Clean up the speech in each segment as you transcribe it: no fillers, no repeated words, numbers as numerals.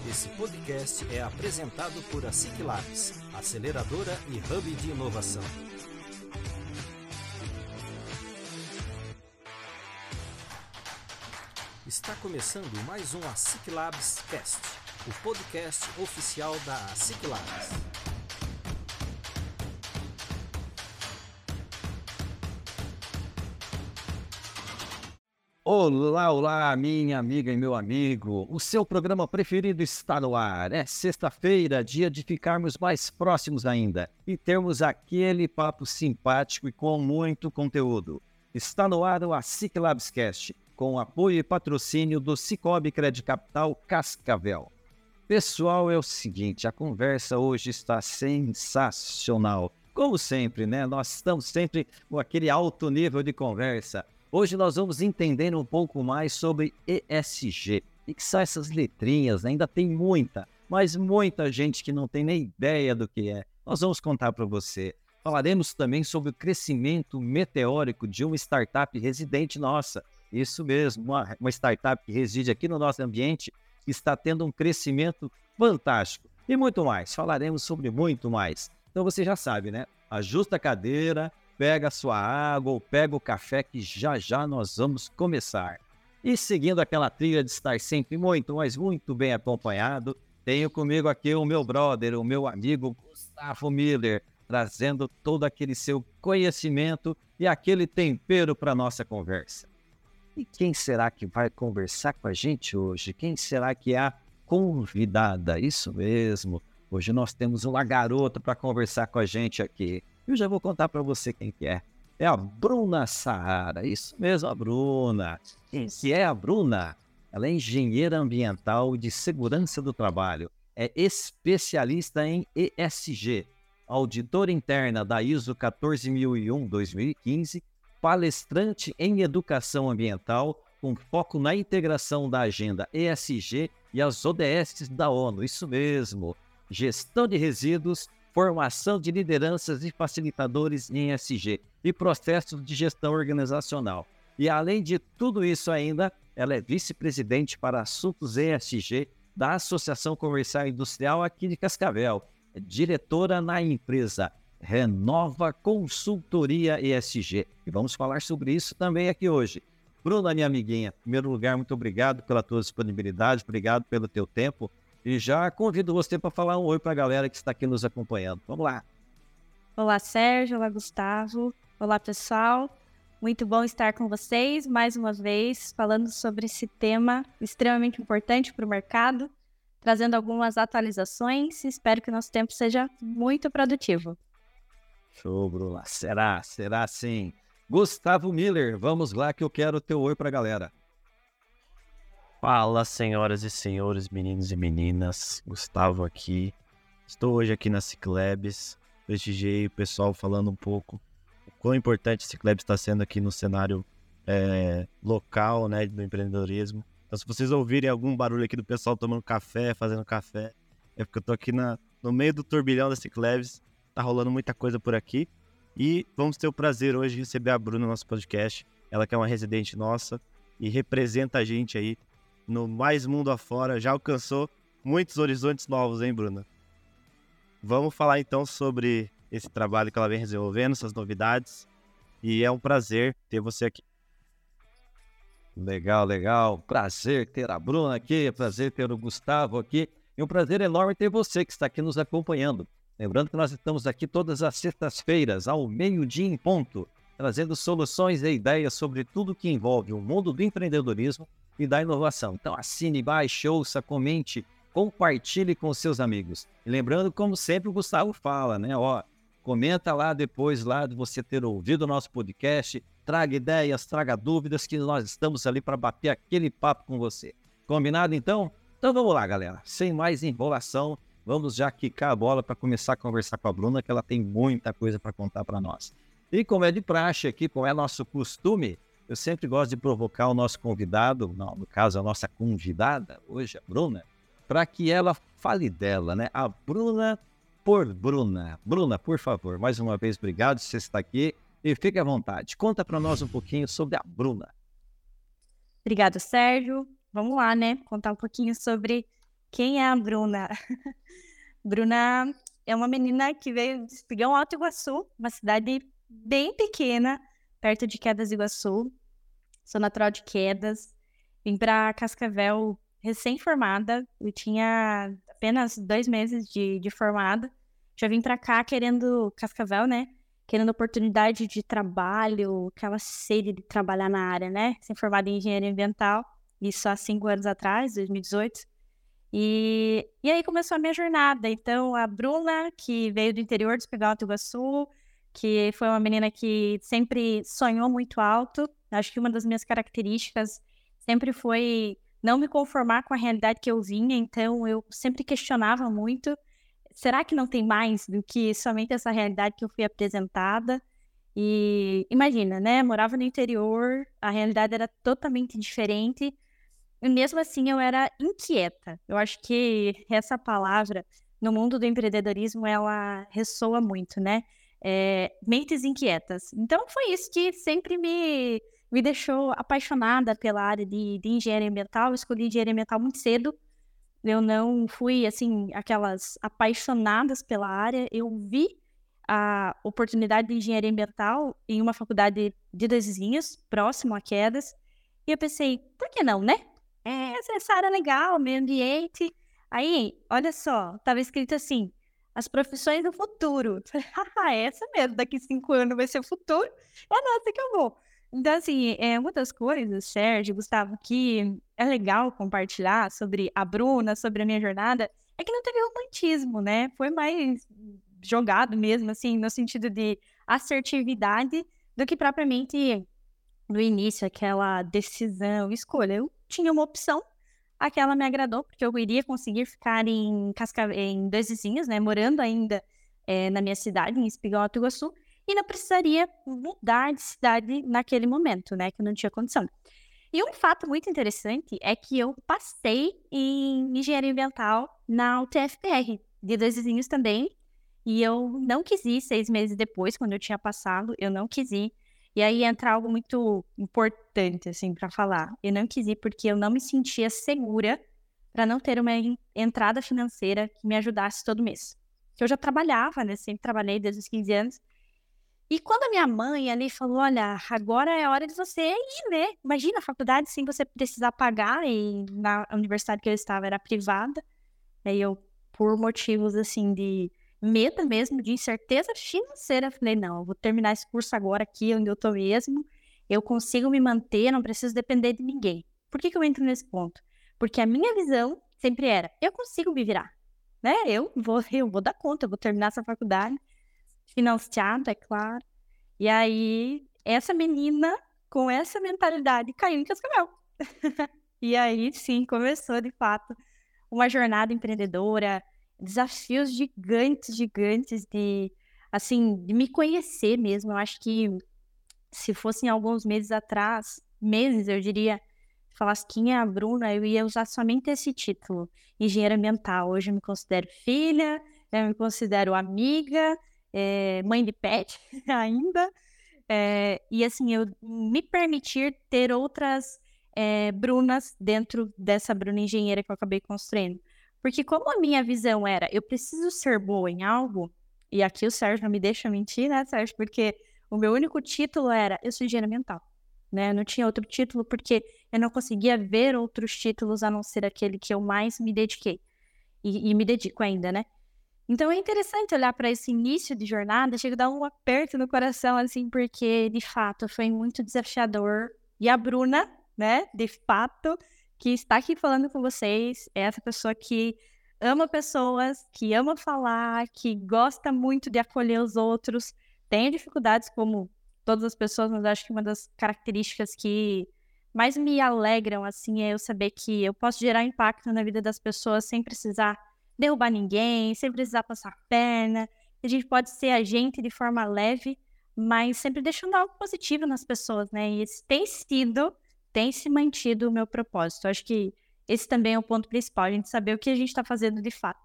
Esse podcast é apresentado por a Ciclabs, aceleradora e hub de inovação. Está começando mais um Ciclabs Cast, o podcast oficial da Ciclabs. Olá, minha amiga e meu amigo. O seu programa preferido está no ar. É sexta-feira, dia de ficarmos mais próximos ainda e termos aquele papo simpático e com muito conteúdo. Está no ar o Ciclabs Cast, com apoio e patrocínio do Cicobi Credit Capital Cascavel. Pessoal, é o seguinte, a conversa hoje está sensacional. Como sempre, né? Nós estamos sempre com aquele alto nível de conversa. Hoje nós vamos entender um pouco mais sobre ESG. O que são essas letrinhas? Ainda tem muita, mas muita gente que não tem nem ideia do que é. Nós vamos contar para você. Falaremos também sobre o crescimento meteórico de uma startup residente nossa. Isso mesmo, uma startup que reside aqui no nosso ambiente, que está tendo um crescimento fantástico. E muito mais, falaremos sobre muito mais. Então você já sabe, né? Ajusta a cadeira, pega a sua água ou pega o café que já nós vamos começar. E seguindo aquela trilha de estar sempre muito, mas muito bem acompanhado, tenho comigo aqui o meu brother, o meu amigo Gustavo Miller, trazendo todo aquele seu conhecimento e aquele tempero para a nossa conversa. E quem será que vai conversar com a gente hoje? Quem será que é a convidada? Isso mesmo, hoje nós temos uma garota para conversar com a gente aqui. Eu já vou contar para você quem que é. É a Bruna Sahara, isso mesmo, a Bruna. Quem que é a Bruna? Ela é engenheira ambiental e de segurança do trabalho. É especialista em ESG, auditora interna da ISO 14001-2015, palestrante em educação ambiental, com foco na integração da agenda ESG e as ODS da ONU, isso mesmo. Gestão de resíduos, formação de lideranças e facilitadores em ESG e processos de gestão organizacional. E além de tudo isso ainda, ela é vice-presidente para assuntos ESG da Associação Comercial e Industrial aqui de Cascavel. É diretora na empresa Renova Consultoria ESG. E vamos falar sobre isso também aqui hoje. Bruna, minha amiguinha, em primeiro lugar, muito obrigado pela tua disponibilidade, obrigado pelo teu tempo. E já convido você para falar um oi para a galera que está aqui nos acompanhando. Vamos lá. Olá, Sérgio. Olá, Gustavo. Olá, pessoal. Muito bom estar com vocês mais uma vez, falando sobre esse tema extremamente importante para o mercado, trazendo algumas atualizações. Espero que o nosso tempo seja muito produtivo. Show, Bruna. Será sim. Gustavo Miller, vamos lá que eu quero o teu oi para a galera. Fala, senhoras e senhores, meninos e meninas, Gustavo aqui. Estou hoje aqui na Ciclabs, prestigiei o pessoal falando um pouco o quão importante a Ciclabs está sendo aqui no cenário local, né, do empreendedorismo. Então, se vocês ouvirem algum barulho aqui do pessoal tomando café, fazendo café, é porque eu estou aqui no meio do turbilhão da Ciclabs, tá rolando muita coisa por aqui. E vamos ter o prazer hoje de receber a Bruna no nosso podcast, ela que é uma residente nossa e representa a gente aí no mais mundo afora, já alcançou muitos horizontes novos, hein, Bruna? Vamos falar então sobre esse trabalho que ela vem desenvolvendo, essas novidades, e é um prazer ter você aqui. Legal. Prazer ter a Bruna aqui, prazer ter o Gustavo aqui, e um prazer enorme ter você que está aqui nos acompanhando. Lembrando que nós estamos aqui todas as sextas-feiras, ao meio-dia em ponto, trazendo soluções e ideias sobre tudo que envolve o mundo do empreendedorismo e da inovação. Então assine, baixe, ouça, comente, compartilhe com seus amigos. E lembrando, como sempre o Gustavo fala, né? Comenta lá depois de você ter ouvido o nosso podcast, traga ideias, traga dúvidas, que nós estamos ali para bater aquele papo com você. Combinado então? Então vamos lá, galera. Sem mais enrolação, vamos já quicar a bola para começar a conversar com a Bruna, que ela tem muita coisa para contar para nós. E como é de praxe aqui, como é nosso costume, eu sempre gosto de provocar o nosso convidado, no caso a nossa convidada, hoje a Bruna, para que ela fale dela, né? A Bruna por Bruna. Bruna, por favor, mais uma vez, obrigado por você estar aqui e fique à vontade. Conta para nós um pouquinho sobre a Bruna. Obrigada, Sérgio. Vamos lá, né? Contar um pouquinho sobre Quem é a Bruna? Bruna é uma menina que veio de Espigão Alto Iguaçu, uma cidade bem pequena, perto de Quedas do Iguaçu. Sou natural de Quedas. Vim para Cascavel recém-formada. Eu tinha apenas 2 meses de formada. Já vim para cá querendo Cascavel, né? Querendo oportunidade de trabalho, aquela sede de trabalhar na área, né? Recém-formada em engenharia ambiental. Isso há 5 anos atrás, 2018. E aí começou a minha jornada. Então, a Bruna, que veio do interior de Espigão Alto Iguaçu, que foi uma menina que sempre sonhou muito alto. Acho que uma das minhas características sempre foi não me conformar com a realidade que eu vinha. Então, eu sempre questionava muito. Será que não tem mais do que somente essa realidade que eu fui apresentada? E imagina, né? Morava no interior, a realidade era totalmente diferente. E mesmo assim, eu era inquieta. Eu acho que essa palavra, no mundo do empreendedorismo, ela ressoa muito, né? Mentes inquietas. Então, foi isso que sempre me deixou apaixonada pela área de engenharia ambiental. Eu escolhi engenharia ambiental muito cedo. Eu não fui, assim, aquelas apaixonadas pela área. Eu vi a oportunidade de engenharia ambiental em uma faculdade de Dois Vizinhos, próximo a Quedas. E eu pensei, por que não, né? Essa área é legal, meio ambiente. Aí, olha só, estava escrito assim, as profissões do futuro. Essa mesmo, daqui 5 anos vai ser o futuro. É nossa que eu vou. Então, assim, uma das coisas, Sérgio, Gustavo, que é legal compartilhar sobre a Bruna, sobre a minha jornada, é que não teve romantismo, né? Foi mais jogado mesmo, assim, no sentido de assertividade, do que propriamente no início, aquela decisão, escolha. Eu tinha uma opção, aquela me agradou, porque eu iria conseguir ficar em Dois Vizinhos, né? Morando ainda na minha cidade, em Espigão Alto Iguaçu, e não precisaria mudar de cidade naquele momento, né? Que eu não tinha condição. E um fato muito interessante é que eu passei em engenharia ambiental na UTFPR, de Dois Vizinhos também, e eu não quis ir 6 meses depois, quando eu tinha passado, eu não quis ir. E aí entra algo muito importante, assim, para falar. Eu não quis ir porque eu não me sentia segura para não ter uma entrada financeira que me ajudasse todo mês. Eu já trabalhava, né? Sempre trabalhei desde os 15 anos. E quando a minha mãe ali falou, olha, agora é hora de você ir, né? Imagina a faculdade sem você precisar pagar, e na universidade que eu estava era privada. Aí eu, por motivos, assim, de medo mesmo, de incerteza financeira, falei, não, eu vou terminar esse curso agora aqui, onde eu tô mesmo, eu consigo me manter, não preciso depender de ninguém. Por que eu entro nesse ponto? Porque a minha visão sempre era, eu consigo me virar, né? Eu vou dar conta, eu vou terminar essa faculdade, financiada, é claro. E aí, essa menina, com essa mentalidade, caiu em Cascavel. E aí, sim, começou, de fato, uma jornada empreendedora, desafios gigantes de, assim, de me conhecer mesmo. Eu acho que se fossem alguns meses atrás, eu diria, falasse quem é a Bruna, eu ia usar somente esse título, engenheira ambiental. Hoje eu me considero filha, eu me considero amiga, mãe de pet ainda, e assim, eu me permitir ter outras Brunas dentro dessa Bruna engenheira que eu acabei construindo. Porque como a minha visão era, eu preciso ser boa em algo, e aqui o Sérgio não me deixa mentir, né, Sérgio? Porque o meu único título era, eu sou engenheira ambiental, né? Eu não tinha outro título porque eu não conseguia ver outros títulos a não ser aquele que eu mais me dediquei. E me dedico ainda, né? Então é interessante olhar para esse início de jornada, chega a dar um aperto no coração, assim, porque de fato foi muito desafiador. E a Bruna, né, de fato, que está aqui falando com vocês, é essa pessoa que ama pessoas, que ama falar, que gosta muito de acolher os outros, tem dificuldades como todas as pessoas, mas acho que uma das características que mais me alegram, assim, é eu saber que eu posso gerar impacto na vida das pessoas sem precisar derrubar ninguém, sem precisar passar a perna. A gente pode ser agente de forma leve, mas sempre deixando algo positivo nas pessoas, né? E esse tem se mantido o meu propósito. Acho que esse também é o ponto principal, a gente saber o que a gente está fazendo de fato.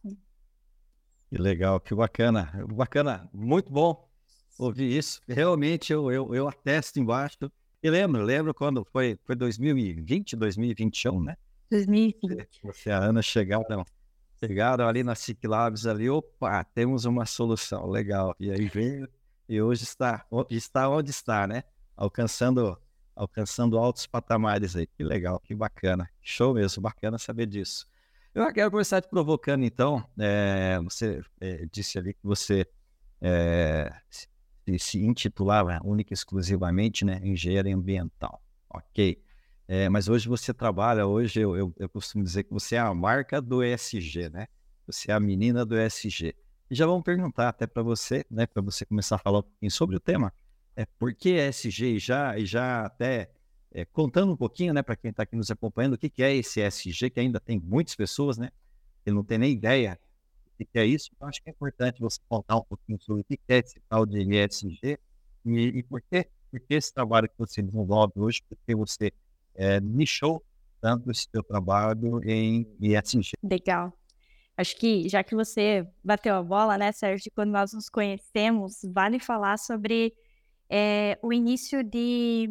Que legal, que bacana. Bacana, muito bom ouvir isso. Realmente eu atesto embaixo. E lembro quando foi 2020, 2021, né? 2020. Você e a Ana chegaram Chegaram ali na SIC Labs ali, opa, temos uma solução, legal. E aí veio, e hoje está onde está, né? Alcançando altos patamares aí. Que legal, que bacana. Show mesmo, bacana saber disso. Eu quero começar te provocando, então. Você disse ali que você se intitulava única e exclusivamente, né, engenheiro ambiental. Ok. Mas hoje você trabalha, hoje eu costumo dizer que você é a marca do ESG, né? Você é a menina do ESG. E já vamos perguntar até para você, né, para você começar a falar um pouquinho sobre o tema, por que ESG e já até contando um pouquinho, né, para quem está aqui nos acompanhando, o que é esse ESG, que ainda tem muitas pessoas, né, que não tem nem ideia do que é isso. Então, acho que é importante você contar um pouquinho sobre o que é esse tal de ESG e por que esse trabalho que você desenvolve hoje, porque você nichou tanto esse seu trabalho em ESG. Legal. Acho que, já que você bateu a bola, né, Sérgio, quando nós nos conhecemos, vale falar sobre o início de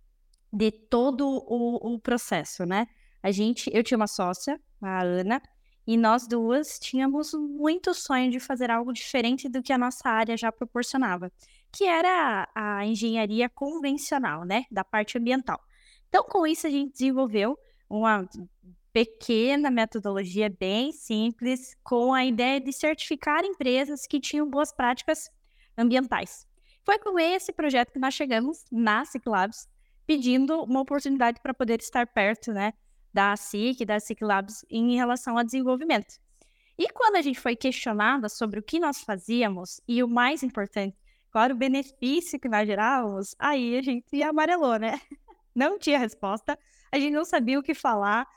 todo o processo, né? Eu tinha uma sócia, a Ana, e nós duas tínhamos muito sonho de fazer algo diferente do que a nossa área já proporcionava, que era a engenharia convencional, né, da parte ambiental. Então, com isso, a gente desenvolveu uma pequena metodologia bem simples, com a ideia de certificar empresas que tinham boas práticas ambientais. Foi com esse projeto que nós chegamos na SIC Labs, pedindo uma oportunidade para poder estar perto, né, da SIC Labs em relação ao desenvolvimento. E quando a gente foi questionada sobre o que nós fazíamos e o mais importante, qual era o benefício que nós gerávamos, aí a gente amarelou, né? Não tinha resposta, a gente não sabia o que falar,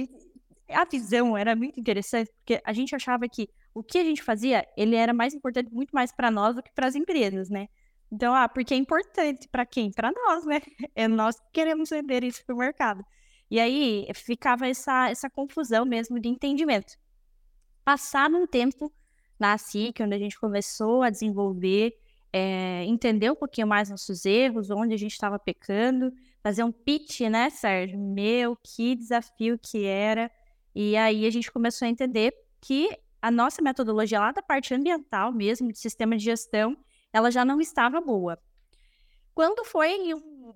a visão era muito interessante, porque a gente achava que o que a gente fazia, ele era mais importante, muito mais para nós do que para as empresas, né? Então, porque é importante para quem? Para nós, né? É nós que queremos vender isso para o mercado. E aí ficava essa confusão mesmo de entendimento. Passado um tempo na SIC, onde a gente começou a desenvolver, entender um pouquinho mais nossos erros, onde a gente estava pecando, fazer um pitch, né, Sérgio? Meu, que desafio que era. E aí a gente começou a entender que a nossa metodologia lá da parte ambiental mesmo, de sistema de gestão, ela já não estava boa. Quando foi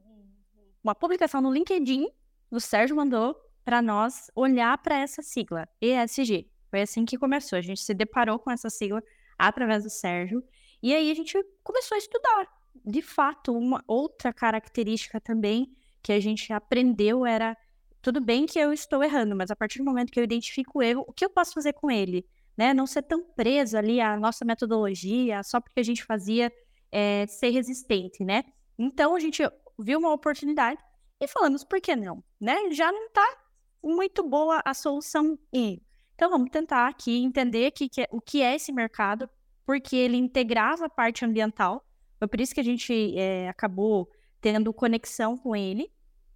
uma publicação no LinkedIn, o Sérgio mandou para nós olhar para essa sigla, ESG. Foi assim que começou. A gente se deparou com essa sigla através do Sérgio. E aí a gente começou a estudar. De fato, uma outra característica também que a gente aprendeu era, tudo bem que eu estou errando, mas a partir do momento que eu identifico o erro, o que eu posso fazer com ele? Né? Não ser tão preso ali à nossa metodologia, só porque a gente fazia ser resistente, né? Então, a gente viu uma oportunidade e falamos, por que não? Né? Já não está muito boa a solução E. Então, vamos tentar aqui entender o que é esse mercado, porque ele integrava a parte ambiental. Foi por isso que a gente acabou tendo conexão com ele.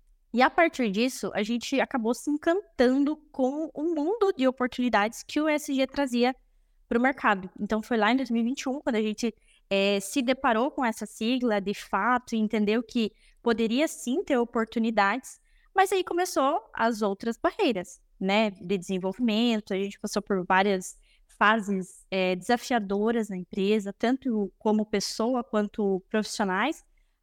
E a partir disso, a gente acabou se encantando com o mundo de oportunidades que o ESG trazia para o mercado. Então, foi lá em 2021, quando a gente se deparou com essa sigla de fato e entendeu que poderia sim ter oportunidades, mas aí começou as outras barreiras, né, de desenvolvimento. A gente passou por várias fases desafiadoras na empresa, tanto como pessoa quanto profissionais.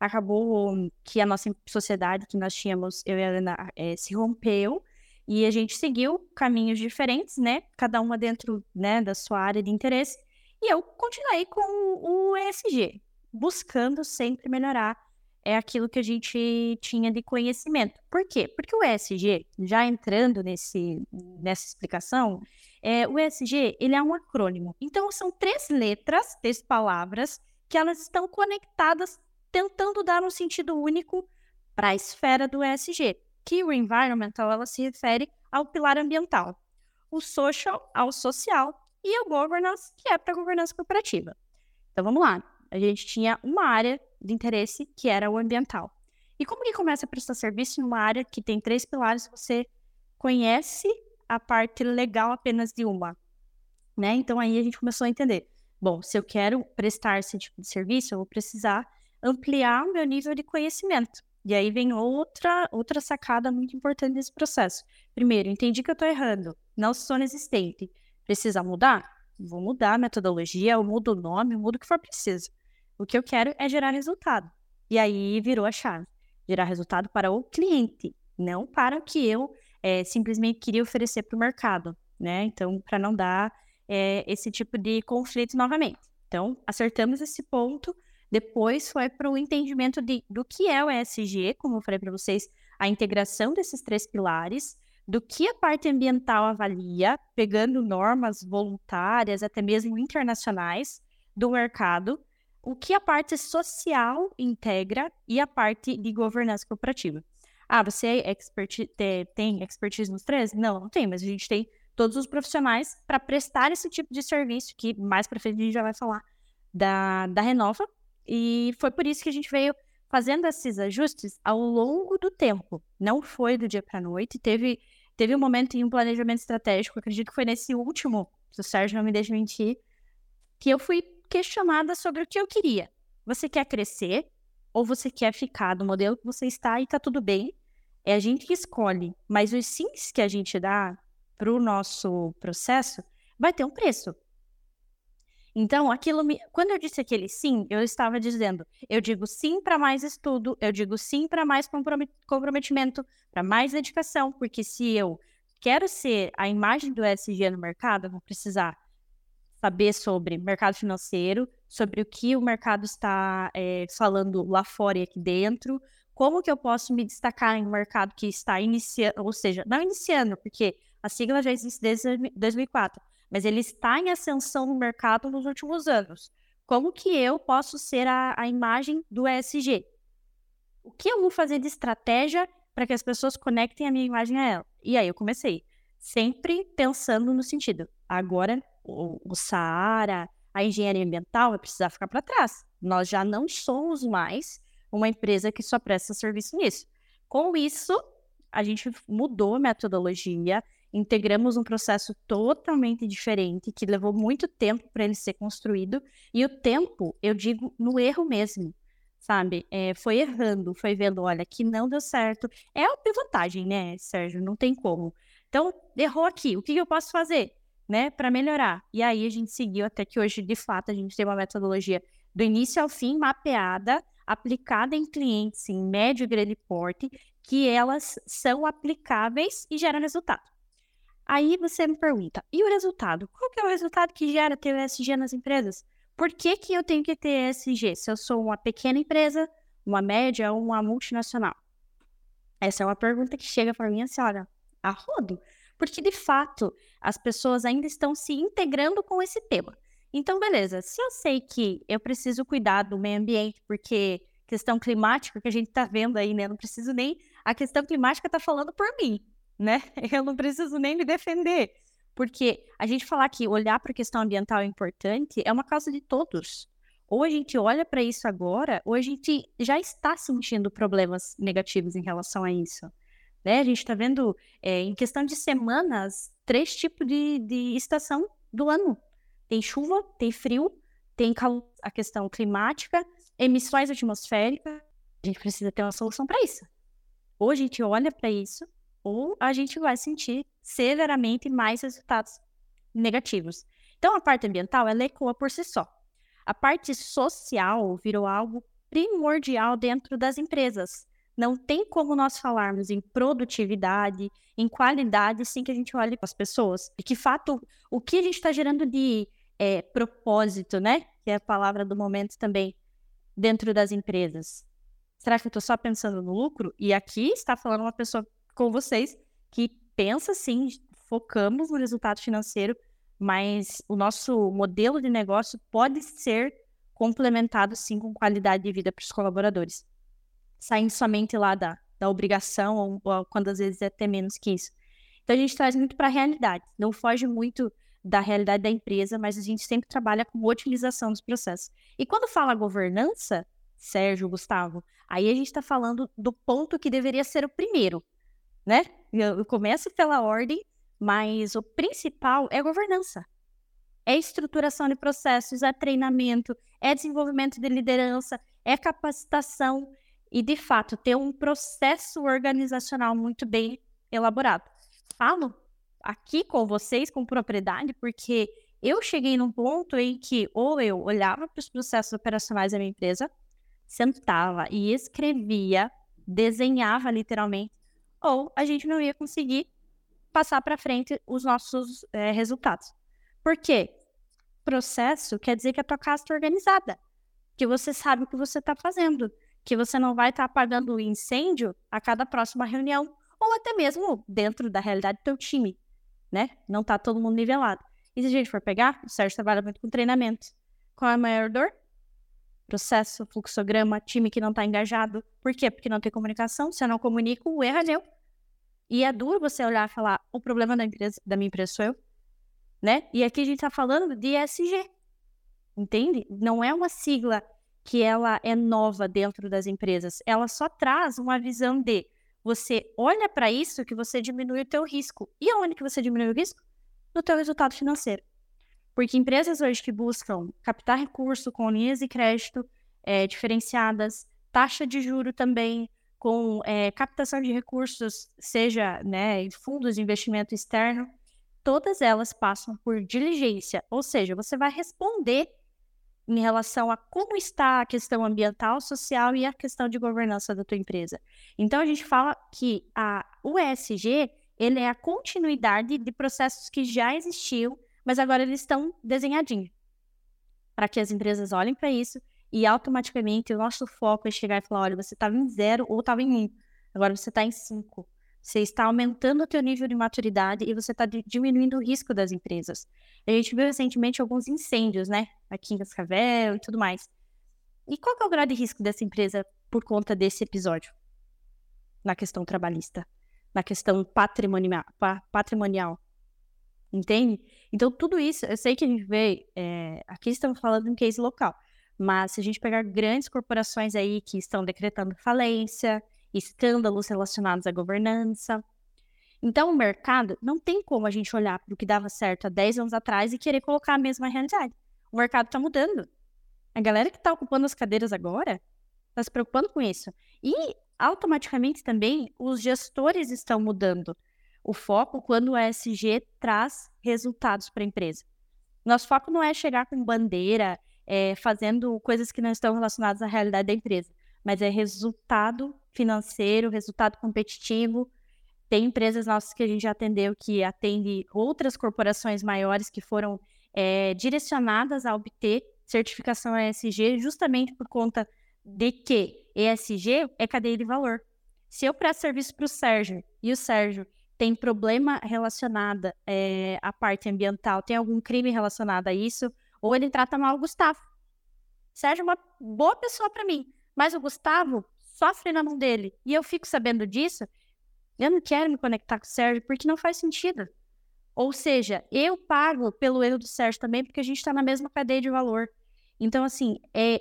Acabou que a nossa sociedade que nós tínhamos, eu e a Ana, se rompeu e a gente seguiu caminhos diferentes, né? Cada uma dentro, né, da sua área de interesse. E eu continuei com o ESG, buscando sempre melhorar aquilo que a gente tinha de conhecimento. Por quê? Porque o ESG, já entrando nessa explicação, o ESG, ele é um acrônimo. Então, são 3 letras, 3 palavras, que elas estão conectadas, tentando dar um sentido único para a esfera do ESG, que o environmental, ela se refere ao pilar ambiental, o social ao social e o governance, que é para a governança corporativa. Então, vamos lá. A gente tinha uma área de interesse que era o ambiental. E como que começa a prestar serviço em uma área que tem 3 pilares, você conhece a parte legal apenas de uma, né? Então, aí a gente começou a entender. Bom, se eu quero prestar esse tipo de serviço, eu vou precisar ampliar o meu nível de conhecimento. E aí vem outra sacada muito importante desse processo. Primeiro, entendi que eu estou errando, não sou resistente. Precisa mudar? Vou mudar a metodologia, eu mudo o nome, eu mudo o que for preciso. O que eu quero é gerar resultado. E aí virou a chave. Gerar resultado para o cliente, não para o que eu simplesmente queria oferecer para o mercado, né? Então, para não dar esse tipo de conflito novamente. Então, acertamos esse ponto. Depois foi para o entendimento do que é o ESG, como eu falei para vocês, a integração desses 3 pilares, do que a parte ambiental avalia, pegando normas voluntárias, até mesmo internacionais, do mercado, o que a parte social integra e a parte de governança corporativa. Você tem expertise nos 3? Não tem, mas a gente tem todos os profissionais para prestar esse tipo de serviço, que mais para frente a gente já vai falar da Renova, e foi por isso que a gente veio fazendo esses ajustes ao longo do tempo. Não foi do dia para a noite, teve um momento em um planejamento estratégico, acredito que foi nesse último, se o Sérgio não me deixa mentir, que eu fui questionada sobre o que eu queria. Você quer crescer ou você quer ficar do modelo que você está e tá tudo bem? É a gente que escolhe, mas os sims que a gente dá para o nosso processo vai ter um preço. Então, quando eu disse aquele sim, eu estava dizendo, eu digo sim para mais estudo, eu digo sim para mais comprometimento, para mais dedicação, porque se eu quero ser a imagem do ESG no mercado, eu vou precisar saber sobre mercado financeiro, sobre o que o mercado está falando lá fora e aqui dentro, como que eu posso me destacar em um mercado que está iniciando, ou seja, não iniciando, porque a sigla já existe desde 2004, mas ele está em ascensão no mercado nos últimos anos. Como que eu posso ser a imagem do ESG? O que eu vou fazer de estratégia para que as pessoas conectem a minha imagem a ela? E aí eu comecei, sempre pensando no sentido, agora o Saara, a engenharia ambiental vai precisar ficar para trás. Nós já não somos mais uma empresa que só presta serviço nisso. Com isso, a gente mudou a metodologia, integramos um processo totalmente diferente, que levou muito tempo para ele ser construído, e o tempo, eu digo, no erro mesmo, sabe? Foi errando, foi vendo, olha, que não deu certo. É a pivotagem, né, Sérgio? Não tem como. Então, errou aqui, o que eu posso fazer, né, para melhorar? E aí a gente seguiu até que hoje, de fato, a gente tem uma metodologia do início ao fim, mapeada, aplicada em clientes em médio e grande porte, que elas são aplicáveis e geram resultado. Aí você me pergunta, e o resultado? Qual que é o resultado que gera ter o ESG nas empresas? Por que eu tenho que ter ESG se eu sou uma pequena empresa, uma média ou uma multinacional? Essa é uma pergunta que chega para mim assim, olha, a rodo. Porque, de fato, as pessoas ainda estão se integrando com esse tema. Então, beleza, se eu sei que eu preciso cuidar do meio ambiente, porque questão climática que a gente está vendo aí, né? Não preciso nem... A questão climática está falando por mim, né? Eu não preciso nem me defender. Porque a gente falar que olhar para a questão ambiental é importante é uma causa de todos. Ou a gente olha para isso agora, ou a gente já está sentindo problemas negativos em relação a isso. Né? A gente está vendo, em questão de semanas, 3 tipos de estação do ano. Tem chuva, tem frio, tem a questão climática, emissões atmosféricas. A gente precisa ter uma solução para isso. Ou a gente olha para isso, ou a gente vai sentir severamente mais resultados negativos. Então, a parte ambiental, ela ecoa por si só. A parte social virou algo primordial dentro das empresas. Não tem como nós falarmos em produtividade, em qualidade, sem que a gente olhe para as pessoas. E que fato, o que a gente está gerando de propósito, né? Que é a palavra do momento também, dentro das empresas. Será que eu estou só pensando no lucro? E aqui está falando uma pessoa com vocês que pensa sim, focamos no resultado financeiro, mas o nosso modelo de negócio pode ser complementado sim com qualidade de vida para os colaboradores. Saindo somente lá da obrigação, ou quando às vezes é até menos que isso. Então a gente traz muito para a realidade, não foge muito da realidade da empresa, mas a gente sempre trabalha com otimização dos processos. E quando fala governança, Sérgio, Gustavo, aí a gente está falando do ponto que deveria ser o primeiro, né? Eu começo pela ordem, mas o principal é governança. É estruturação de processos, é treinamento, é desenvolvimento de liderança, é capacitação e, de fato, ter um processo organizacional muito bem elaborado. Falo aqui com vocês com propriedade, porque eu cheguei num ponto em que ou eu olhava para os processos operacionais da minha empresa, sentava e escrevia, desenhava literalmente, ou a gente não ia conseguir passar para frente os nossos resultados. Por quê? Processo quer dizer que a tua casa está organizada, que você sabe o que você está fazendo, que você não vai estar apagando o incêndio a cada próxima reunião, ou até mesmo dentro da realidade do teu time, né? Não está todo mundo nivelado. E se a gente for pegar, o Sérgio trabalha muito com treinamento. Qual é a maior dor? Processo, fluxograma, time que não está engajado. Por quê? Porque não tem comunicação. Se eu não comunico, o erro é meu. E é duro você olhar e falar, o problema da minha empresa sou eu, né? E aqui a gente está falando de ESG, entende? Não é uma sigla que ela é nova dentro das empresas. Ela só traz uma visão de você olha para isso que você diminui o teu risco. E aonde que você diminui o risco? No teu resultado financeiro. Porque empresas hoje que buscam captar recurso com linhas de crédito diferenciadas, taxa de juro também, com captação de recursos, seja em fundos de investimento externo, todas elas passam por diligência. Ou seja, você vai responder em relação a como está a questão ambiental, social e a questão de governança da tua empresa. Então, a gente fala que o ESG, ele é a continuidade de processos que já existiam, mas agora eles estão desenhadinhos, para que as empresas olhem para isso e automaticamente o nosso foco é chegar e falar, olha, você estava em 0 ou estava em 1, agora você está em 5. Você está aumentando o teu nível de maturidade e você está diminuindo o risco das empresas. A gente viu recentemente alguns incêndios, né? Aqui em Cascavel e tudo mais. E qual que é o grau de risco dessa empresa por conta desse episódio? Na questão trabalhista, na questão patrimonial. Entende? Então, tudo isso, eu sei que a gente vê, aqui estamos falando de um case local, mas se a gente pegar grandes corporações aí que estão decretando falência, escândalos relacionados à governança. Então, o mercado, não tem como a gente olhar para o que dava certo há 10 anos atrás e querer colocar a mesma realidade. O mercado está mudando. A galera que está ocupando as cadeiras agora está se preocupando com isso. E, automaticamente, também, os gestores estão mudando o foco quando o ESG traz resultados para a empresa. Nosso foco não é chegar com bandeira, fazendo coisas que não estão relacionadas à realidade da empresa, mas é resultado financeiro, resultado competitivo. Tem empresas nossas que a gente já atendeu que atende outras corporações maiores que foram direcionadas a obter certificação ESG justamente por conta de que ESG é cadeia de valor. Se eu presto serviço para o Sérgio e o Sérgio tem problema relacionado à parte ambiental, tem algum crime relacionado a isso, ou ele trata mal o Gustavo. O Sérgio é uma boa pessoa para mim, mas o Gustavo sofre na mão dele, e eu fico sabendo disso, eu não quero me conectar com o Sérgio porque não faz sentido. Ou seja, eu pago pelo erro do Sérgio também porque a gente está na mesma cadeia de valor. Então, assim,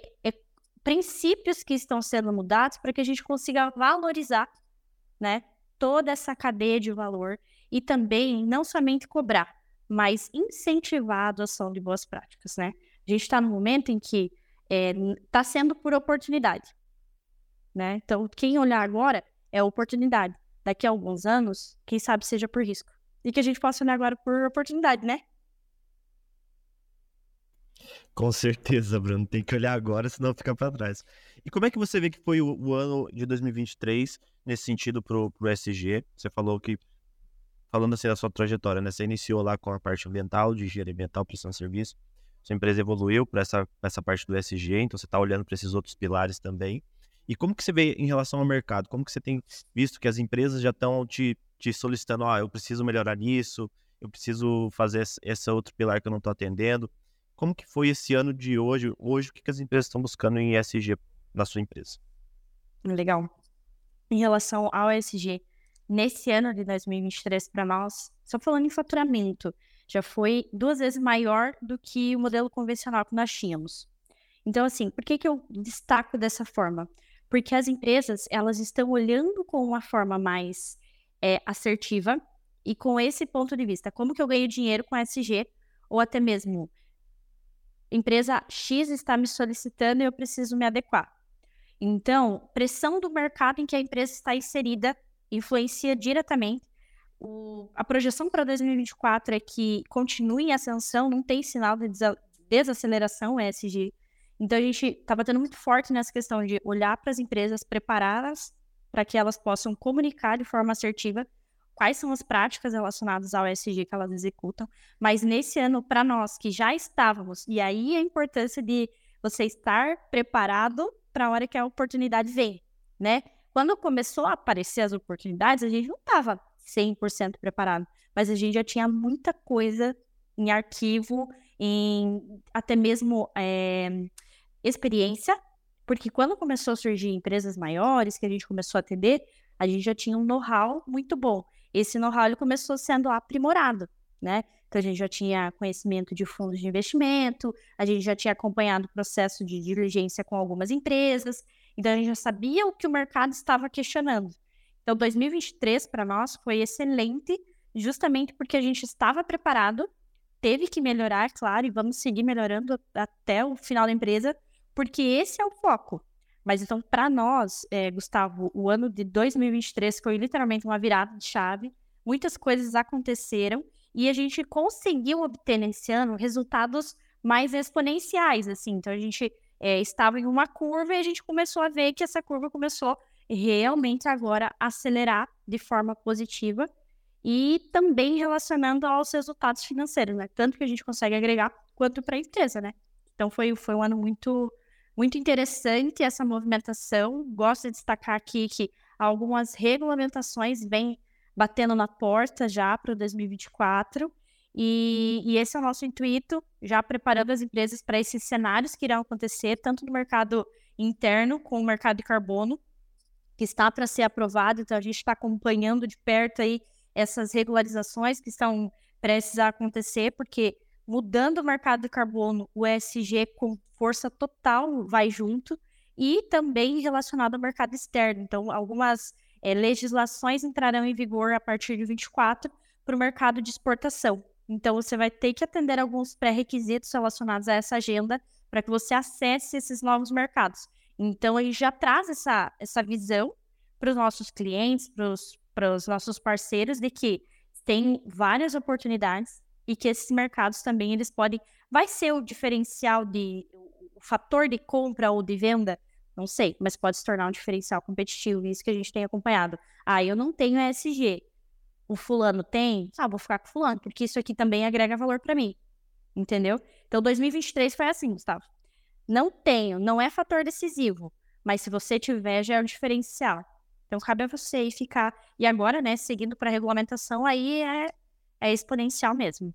princípios que estão sendo mudados para que a gente consiga valorizar, né, toda essa cadeia de valor e também não somente cobrar, mas incentivar a adoção de boas práticas, né? A gente está no momento em que está sendo por oportunidade. Né? Então, quem olhar agora é oportunidade. Daqui a alguns anos, quem sabe seja por risco. E que a gente possa olhar agora por oportunidade, né? Com certeza, Bruno. Tem que olhar agora, senão fica para trás. E como é que você vê que foi o ano de 2023 nesse sentido pro ESG? Você falou que, falando assim da sua trajetória, né? Você iniciou lá com a parte ambiental, de engenharia ambiental, prestação de serviço. Sua empresa evoluiu para essa parte do ESG, então você está olhando para esses outros pilares também. E como que você vê em relação ao mercado? Como que você tem visto que as empresas já estão te solicitando, eu preciso melhorar nisso, eu preciso fazer esse outro pilar que eu não estou atendendo? Como que foi esse ano de hoje? Hoje, o que as empresas estão buscando em ESG na sua empresa? Legal. Em relação ao ESG, nesse ano de 2023 para nós, só falando em faturamento, já foi 2 vezes maior do que o modelo convencional que nós tínhamos. Então, assim, por que eu destaco dessa forma? Porque as empresas, elas estão olhando com uma forma mais assertiva e com esse ponto de vista, como que eu ganho dinheiro com ESG, ou até mesmo, empresa X está me solicitando e eu preciso me adequar. Então, pressão do mercado em que a empresa está inserida influencia diretamente A projeção para 2024 é que continue em ascensão, não tem sinal de desaceleração ESG. Então, a gente está batendo muito forte nessa questão de olhar para as empresas preparadas para que elas possam comunicar de forma assertiva quais são as práticas relacionadas ao ESG que elas executam. Mas nesse ano, para nós que já estávamos, e aí a importância de você estar preparado para a hora que a oportunidade vem, né? Quando começou a aparecer as oportunidades, a gente não estava 100% preparado, mas a gente já tinha muita coisa em arquivo, até mesmo experiência, porque quando começou a surgir empresas maiores, que a gente começou a atender, a gente já tinha um know-how muito bom. Esse know-how ele começou sendo aprimorado, né? Então, a gente já tinha conhecimento de fundos de investimento, a gente já tinha acompanhado o processo de diligência com algumas empresas, então a gente já sabia o que o mercado estava questionando. Então, 2023 para nós foi excelente, justamente porque a gente estava preparado, teve que melhorar, claro, e vamos seguir melhorando até o final da empresa, porque esse é o foco. Mas então, para nós, Gustavo, o ano de 2023 foi literalmente uma virada de chave, muitas coisas aconteceram e a gente conseguiu obter nesse ano resultados mais exponenciais, assim. Então, a gente estava em uma curva e a gente começou a ver que essa curva começou realmente agora a acelerar de forma positiva e também relacionando aos resultados financeiros, né? Tanto que a gente consegue agregar quanto para a empresa, né? Então, foi um ano muito interessante essa movimentação. Gosto de destacar aqui que algumas regulamentações vêm batendo na porta já para o 2024 e esse é o nosso intuito, já preparando as empresas para esses cenários que irão acontecer, tanto no mercado interno como no mercado de carbono, que está para ser aprovado. Então, a gente está acompanhando de perto aí essas regularizações que estão prestes a acontecer, porque mudando o mercado de carbono, o ESG com força total vai junto, e também relacionado ao mercado externo. Então, algumas legislações entrarão em vigor a partir de 24 para o mercado de exportação. Então, você vai ter que atender alguns pré-requisitos relacionados a essa agenda para que você acesse esses novos mercados. Então, ele já traz essa visão para os nossos clientes, para os nossos parceiros, de que tem várias oportunidades e que esses mercados também, eles podem... Vai ser o diferencial o fator de compra ou de venda? Não sei, mas pode se tornar um diferencial competitivo, isso que a gente tem acompanhado. Eu não tenho ESG. O fulano tem? Vou ficar com o fulano, porque isso aqui também agrega valor para mim. Entendeu? Então, 2023 foi assim, Gustavo. Não tenho, não é fator decisivo, mas se você tiver, já é um diferencial. Então, cabe a você aí ficar... E agora, né, seguindo para a regulamentação, aí é exponencial mesmo.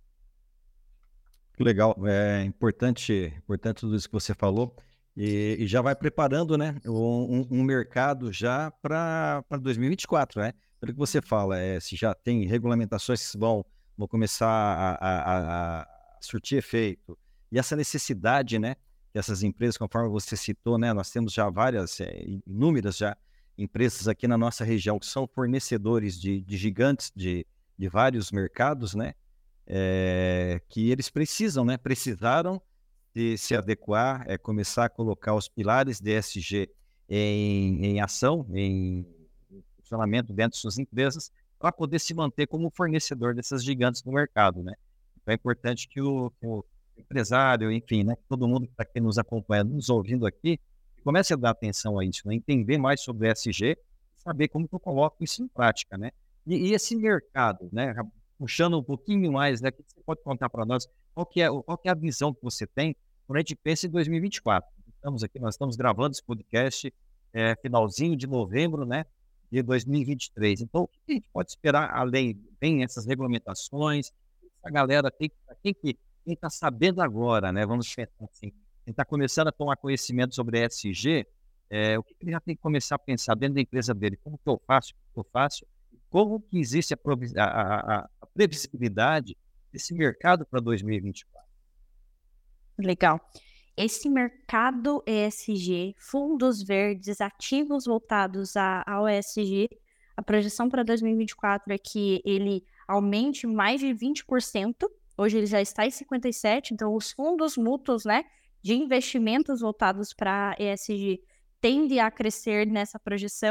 Legal, é importante tudo isso que você falou e já vai preparando, né, um mercado já para 2024, né? Pelo que você fala, se já tem regulamentações que vão começar a surtir efeito e essa necessidade, né, dessas empresas, conforme você citou, né, nós temos já inúmeras já empresas aqui na nossa região que são fornecedores de gigantes de vários mercados, né? Que eles precisaram de se adequar, começar a colocar os pilares de ESG em ação, em funcionamento dentro de suas empresas, para poder se manter como fornecedor dessas gigantes no mercado, né? Então é importante que o empresário, enfim, né, todo mundo que está aqui nos acompanhando, nos ouvindo aqui, comece a dar atenção a isso, né? Entender mais sobre ESG, saber como que eu coloco isso em prática, né? E esse mercado, né? Puxando um pouquinho mais, né? O que você pode contar para nós? Qual que é a visão que você tem quando a gente pensa em 2024? Nós estamos gravando esse podcast finalzinho de novembro, né? De 2023. Então, o que a gente pode esperar além essas regulamentações? A galera quem está sabendo agora, né? Vamos pensar assim, quem está começando a tomar conhecimento sobre ESG, o que ele já tem que começar a pensar dentro da empresa dele? Como que eu faço? Como que existe a previsibilidade desse mercado para 2024? Legal. Esse mercado ESG, fundos verdes, ativos voltados ao ESG, a projeção para 2024 é que ele aumente mais de 20%. Hoje ele já está em 57%, então os fundos mútuos, né, de investimentos voltados para ESG tendem a crescer nessa projeção.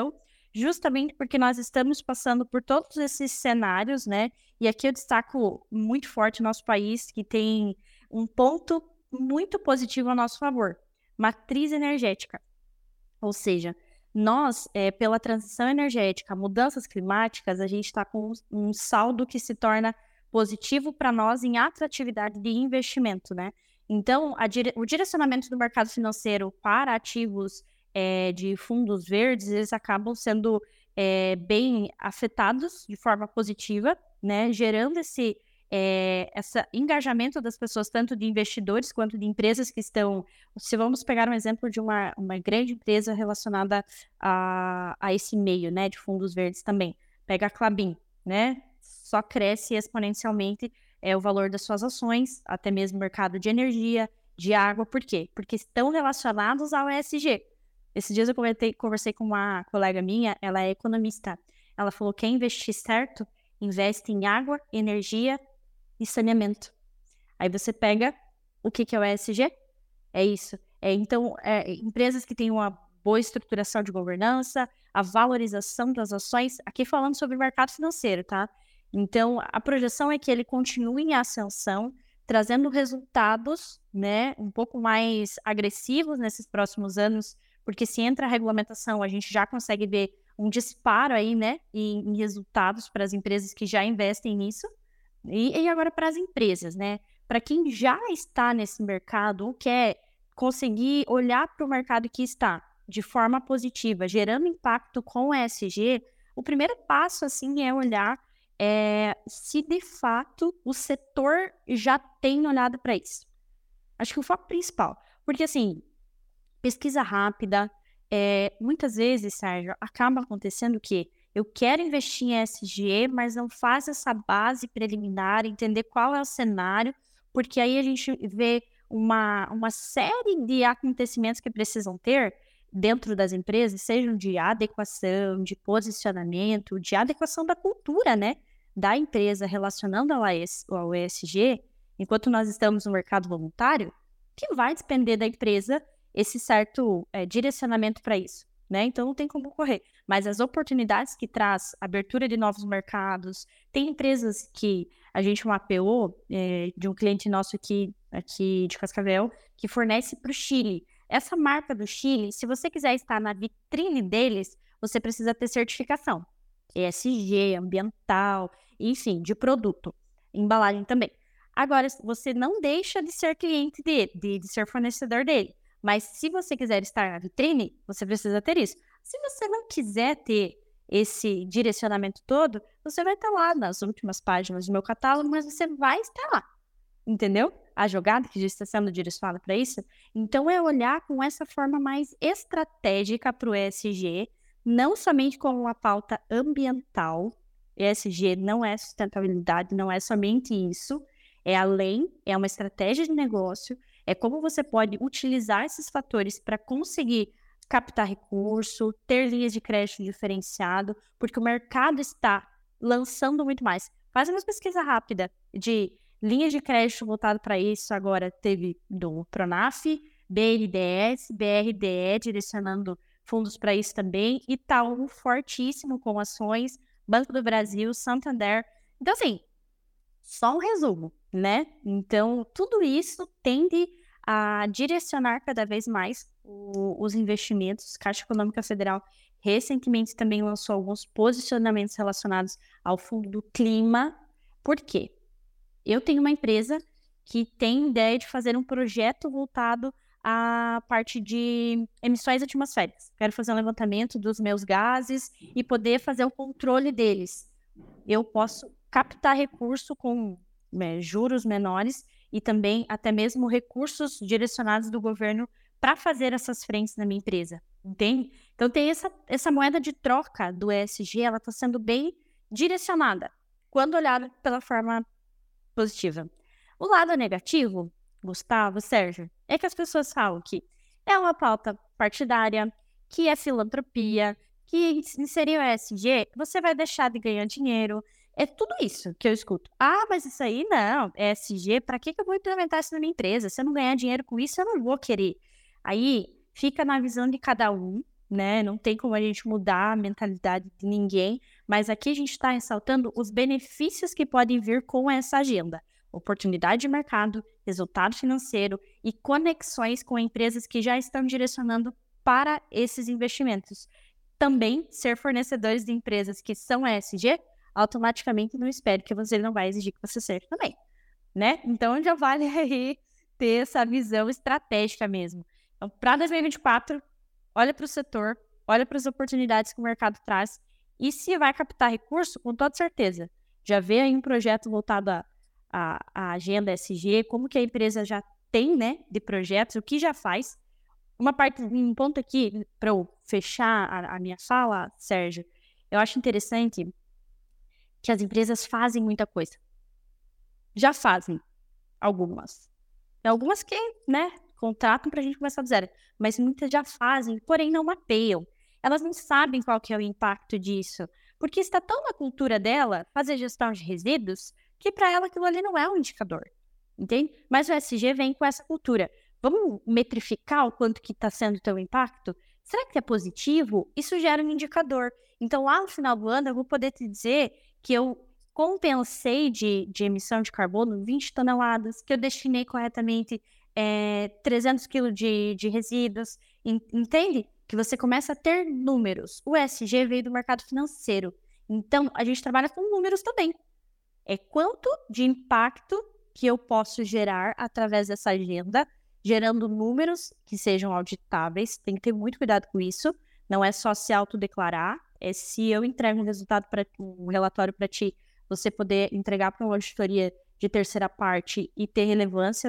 justamente porque nós estamos passando por todos esses cenários, né? E aqui eu destaco muito forte o nosso país, que tem um ponto muito positivo a nosso favor: matriz energética. Ou seja, nós, pela transição energética, mudanças climáticas, a gente está com um saldo que se torna positivo para nós em atratividade de investimento, né? Então, o direcionamento do mercado financeiro para ativos de fundos verdes, eles acabam sendo bem afetados de forma positiva, né? Gerando esse engajamento das pessoas, tanto de investidores quanto de empresas que estão... Se vamos pegar um exemplo de uma grande empresa relacionada a esse meio, né, de fundos verdes também, pega a Klabin, né? Só cresce exponencialmente o valor das suas ações, até mesmo mercado de energia, de água. Por quê? Porque estão relacionados ao ESG. Esses dias eu conversei com uma colega minha, ela é economista. Ela falou que quem investir certo, investe em água, energia e saneamento. Aí você pega o que é o ESG? É isso. Então, empresas que têm uma boa estruturação de governança, a valorização das ações, aqui falando sobre o mercado financeiro, tá? Então, a projeção é que ele continue em ascensão, trazendo resultados, né, um pouco mais agressivos nesses próximos anos, porque se entra a regulamentação, a gente já consegue ver um disparo aí, né, em resultados para as empresas que já investem nisso, e agora para as empresas, né? Para quem já está nesse mercado ou quer conseguir olhar para o mercado que está de forma positiva, gerando impacto com o ESG, o primeiro passo, assim, é olhar se de fato o setor já tem olhado para isso. Acho que o foco principal, porque assim, pesquisa rápida, muitas vezes, Sérgio, acaba acontecendo que eu quero investir em ESG, mas não faz essa base preliminar, entender qual é o cenário, porque aí a gente vê uma série de acontecimentos que precisam ter dentro das empresas, sejam de adequação, de posicionamento, de adequação da cultura, né, da empresa relacionando ao ESG, enquanto nós estamos no mercado voluntário, que vai depender da empresa esse certo direcionamento para isso, né? Então não tem como correr. Mas as oportunidades que traz, abertura de novos mercados, tem empresas que a gente mapeou de um cliente nosso aqui de Cascavel, que fornece para o Chile. Essa marca do Chile, se você quiser estar na vitrine deles, você precisa ter certificação. ESG, ambiental, enfim, de produto. Embalagem também. Agora, você não deixa de ser cliente dele, de ser fornecedor dele. Mas se você quiser estar na vitrine, você precisa ter isso. Se você não quiser ter esse direcionamento todo, você vai estar lá nas últimas páginas do meu catálogo, mas você vai estar lá. Entendeu? A jogada que já está sendo direcionada para isso. Então, é olhar com essa forma mais estratégica para o ESG, não somente como uma pauta ambiental. ESG não é sustentabilidade, não é somente isso. É além, é uma estratégia de negócio, é como você pode utilizar esses fatores para conseguir captar recurso, ter linhas de crédito diferenciado, porque o mercado está lançando muito mais. Faz uma pesquisa rápida de linhas de crédito voltado para isso. Agora teve do Pronaf, BNDES, BRDE direcionando fundos para isso também, Itaú fortíssimo com ações, Banco do Brasil, Santander. Então, assim, só um resumo, né? Então, tudo isso tende a direcionar cada vez mais os investimentos. Caixa Econômica Federal recentemente também lançou alguns posicionamentos relacionados ao fundo do clima. Por quê? Eu tenho uma empresa que tem ideia de fazer um projeto voltado à parte de emissões atmosféricas. Quero fazer um levantamento dos meus gases e poder fazer o controle deles. Eu posso captar recurso com juros menores e também até mesmo recursos direcionados do governo para fazer essas frentes na minha empresa, entende? Então tem essa moeda de troca do ESG, ela está sendo bem direcionada, quando olhada pela forma positiva. O lado negativo, Gustavo, Sérgio, é que as pessoas falam que é uma pauta partidária, que é filantropia, que inserir o ESG, você vai deixar de ganhar dinheiro. É tudo isso que eu escuto. Ah, mas isso aí não, ESG, para que eu vou implementar isso na minha empresa? Se eu não ganhar dinheiro com isso, eu não vou querer. Aí fica na visão de cada um, né? Não tem como a gente mudar a mentalidade de ninguém, mas aqui a gente está ressaltando os benefícios que podem vir com essa agenda. Oportunidade de mercado, resultado financeiro e conexões com empresas que já estão direcionando para esses investimentos. Também ser fornecedores de empresas que são ESG, automaticamente não espere que você não vai exigir que você seja também, né? Então já vale aí ter essa visão estratégica mesmo. Então, para 2024, olha para o setor, olha para as oportunidades que o mercado traz e se vai captar recurso, com toda certeza. Já vê aí um projeto voltado à agenda ESG, como que a empresa já tem, né, de projetos, o que já faz. Um ponto aqui, para eu fechar a minha fala, Sérgio, eu acho interessante que as empresas fazem muita coisa. Já fazem algumas. Tem algumas que, né, contratam para a gente começar do zero, mas muitas já fazem, porém não mapeiam. Elas não sabem qual que é o impacto disso, porque está tão na cultura dela fazer gestão de resíduos que para ela aquilo ali não é um indicador, entende? Mas o ESG vem com essa cultura. Vamos metrificar o quanto que está sendo o teu impacto? Será que é positivo? Isso gera um indicador. Então, lá no final do ano, eu vou poder te dizer que eu compensei de emissão de carbono 20 toneladas, que eu destinei corretamente 300 quilos de resíduos, entende? Que você começa a ter números. O ESG veio do mercado financeiro. Então, a gente trabalha com números também. É quanto de impacto que eu posso gerar através dessa agenda, gerando números que sejam auditáveis. Tem que ter muito cuidado com isso. Não é só se autodeclarar. É se eu entrego um relatório para ti, você poder entregar para uma auditoria de terceira parte e ter relevância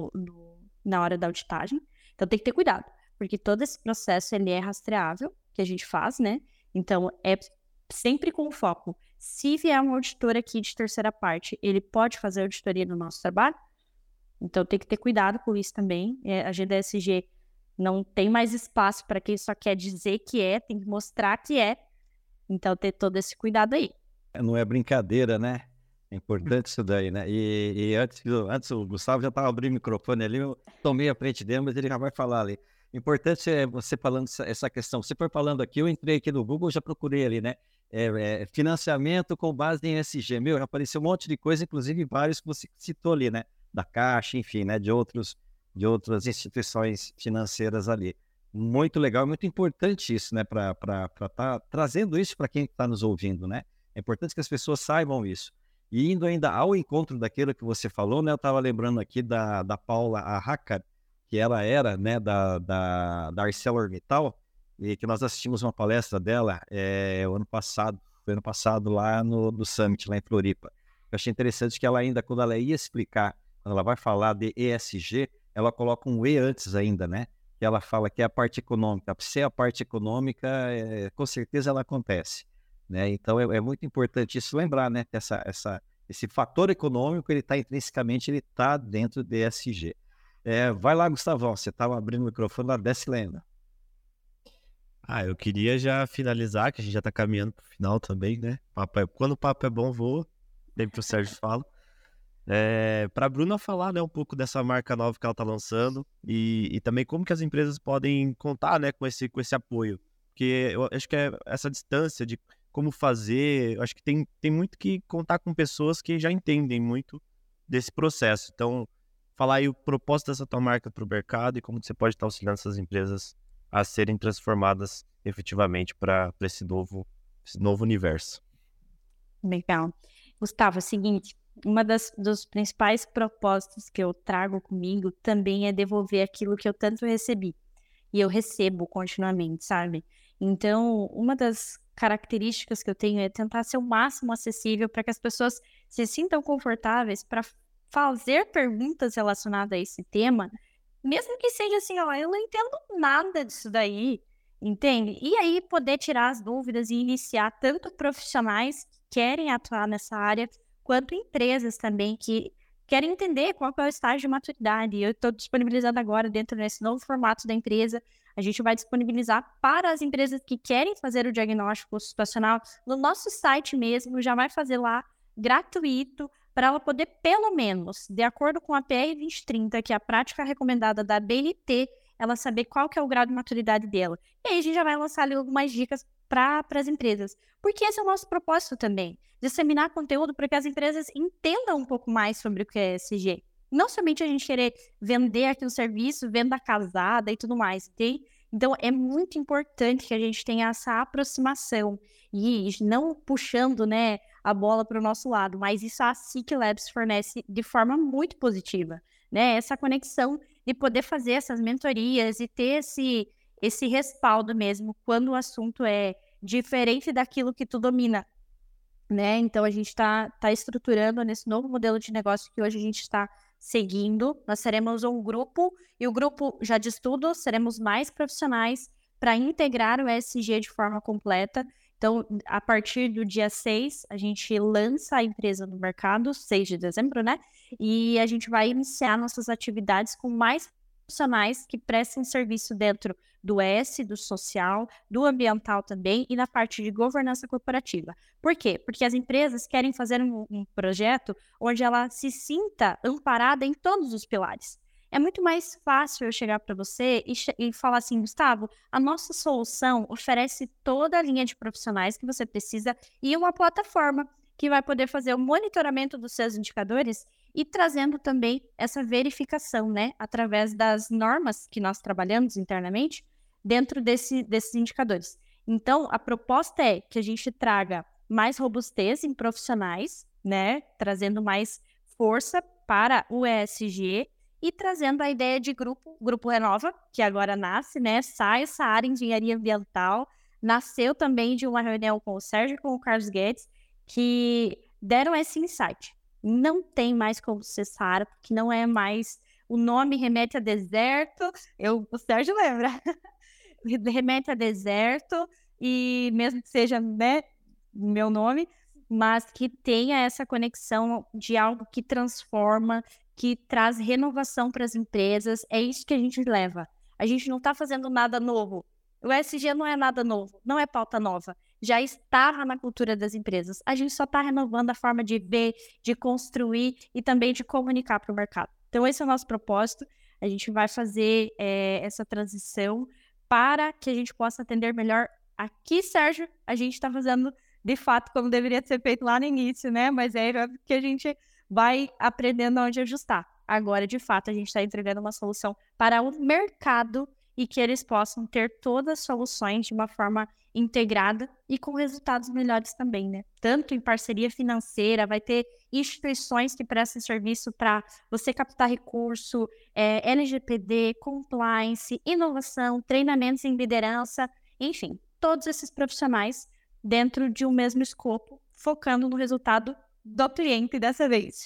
na hora da auditagem. Então, tem que ter cuidado, porque todo esse processo ele é rastreável, que a gente faz, né? Então, é sempre com foco. Se vier um auditor aqui de terceira parte, ele pode fazer auditoria no nosso trabalho? Então, tem que ter cuidado com isso também. A agenda ESG não tem mais espaço para quem só quer dizer que tem que mostrar que é. Então, ter todo esse cuidado aí. Não é brincadeira, né? É importante isso daí, né? E antes o Gustavo já estava abrindo o microfone ali, eu tomei a frente dele, mas ele já vai falar ali. Importante é você falando essa questão. Você foi falando aqui, eu entrei aqui no Google, já procurei ali, né? Financiamento com base em ESG. Meu, já apareceu um monte de coisa, inclusive vários que você citou ali, né? Da Caixa, enfim, né? De outras instituições financeiras ali. Muito legal, muito importante isso, né? Para estar trazendo isso para quem está nos ouvindo, né? É importante que as pessoas saibam isso. E indo ainda ao encontro daquilo que você falou, né? Eu estava lembrando aqui da Paula Arraca, que ela era, né, da ArcelorMittal, e que nós assistimos uma palestra dela foi ano passado lá no Summit, lá em Floripa. Eu achei interessante que ela ainda, quando ela ia explicar, quando ela vai falar de ESG, ela coloca um E antes ainda, né? Que ela fala que é a parte econômica. Se é a parte econômica, com certeza ela acontece. Né? Então é muito importante isso lembrar, né? Esse fator econômico, ele está intrinsecamente, ele está dentro do ESG. Vai lá, Gustavão, você estava abrindo o microfone lá, desce lenda. Eu queria já finalizar, que a gente já está caminhando para o final também, né? Quando o papo é bom, vou, sempre o Sérgio fala. Para a Bruna falar, né, um pouco dessa marca nova que ela está lançando e também como que as empresas podem contar, né, com esse apoio. Porque eu acho que essa distância de como fazer, eu acho que tem muito que contar com pessoas que já entendem muito desse processo. Então, falar aí o propósito dessa tua marca para o mercado e como você pode estar auxiliando essas empresas a serem transformadas efetivamente para esse novo universo. Legal. Gustavo, é o seguinte, uma dos principais propósitos que eu trago comigo também é devolver aquilo que eu tanto recebi. E eu recebo continuamente, sabe? Então, uma das características que eu tenho é tentar ser o máximo acessível para que as pessoas se sintam confortáveis para fazer perguntas relacionadas a esse tema, mesmo que seja assim, eu não entendo nada disso daí, entende? E aí poder tirar as dúvidas e iniciar tanto profissionais que querem atuar nessa área, quanto empresas também que querem entender qual é o estágio de maturidade. Eu estou disponibilizando agora, dentro desse novo formato da empresa, a gente vai disponibilizar para as empresas que querem fazer o diagnóstico situacional no nosso site mesmo, já vai fazer lá gratuito, para ela poder, pelo menos, de acordo com a PR 2030, que é a prática recomendada da BNT, ela saber qual que é o grau de maturidade dela. E aí a gente já vai lançar ali algumas dicas para as empresas. Porque esse é o nosso propósito também, disseminar conteúdo para que as empresas entendam um pouco mais sobre o que é ESG. Não somente a gente querer vender aqui um serviço, venda casada e tudo mais, ok? Então, é muito importante que a gente tenha essa aproximação e não puxando, né, a bola para o nosso lado, mas isso a SIC Labs fornece de forma muito positiva, né? Essa conexão de poder fazer essas mentorias e ter esse respaldo mesmo quando o assunto é diferente daquilo que tu domina, né? Então, a gente está estruturando nesse novo modelo de negócio que hoje a gente está seguindo. Nós seremos um grupo, e o grupo já de estudo, seremos mais profissionais para integrar o ESG de forma completa. Então, a partir do dia 6, a gente lança a empresa no mercado, 6 de dezembro, né? E a gente vai iniciar nossas atividades com mais profissionais que prestem serviço dentro do S, do social, do ambiental também e na parte de governança corporativa. Por quê? Porque as empresas querem fazer um projeto onde ela se sinta amparada em todos os pilares. É muito mais fácil eu chegar para você e falar assim, Gustavo, a nossa solução oferece toda a linha de profissionais que você precisa e uma plataforma que vai poder fazer o monitoramento dos seus indicadores e trazendo também essa verificação, né, através das normas que nós trabalhamos internamente dentro desses indicadores. Então, a proposta é que a gente traga mais robustez em profissionais, né, trazendo mais força para o ESG e trazendo a ideia de Grupo Renova, que agora nasce, né, sai essa área de engenharia ambiental, nasceu também de uma reunião com o Sérgio e com o Carlos Guedes, que deram esse insight. Não tem mais como ser Saara, porque não é mais... O nome remete a deserto, o Sérgio lembra, remete a deserto, e mesmo que seja, né, meu nome, mas que tenha essa conexão de algo que transforma, que traz renovação para as empresas, é isso que a gente leva. A gente não está fazendo nada novo. O ESG não é nada novo, não é pauta nova. Já estava na cultura das empresas. A gente só está renovando a forma de ver, de construir e também de comunicar para o mercado. Então, esse é o nosso propósito. A gente vai fazer essa transição para que a gente possa atender melhor. Aqui, Sérgio, a gente está fazendo de fato como deveria ser feito lá no início, né? Mas é que a gente vai aprendendo onde ajustar. Agora, de fato, a gente está entregando uma solução para o mercado e que eles possam ter todas as soluções de uma forma integrada e com resultados melhores também, né? Tanto em parceria financeira, vai ter instituições que prestam serviço para você captar recurso, LGPD, compliance, inovação, treinamentos em liderança, enfim, todos esses profissionais dentro de um mesmo escopo, focando no resultado do cliente dessa vez.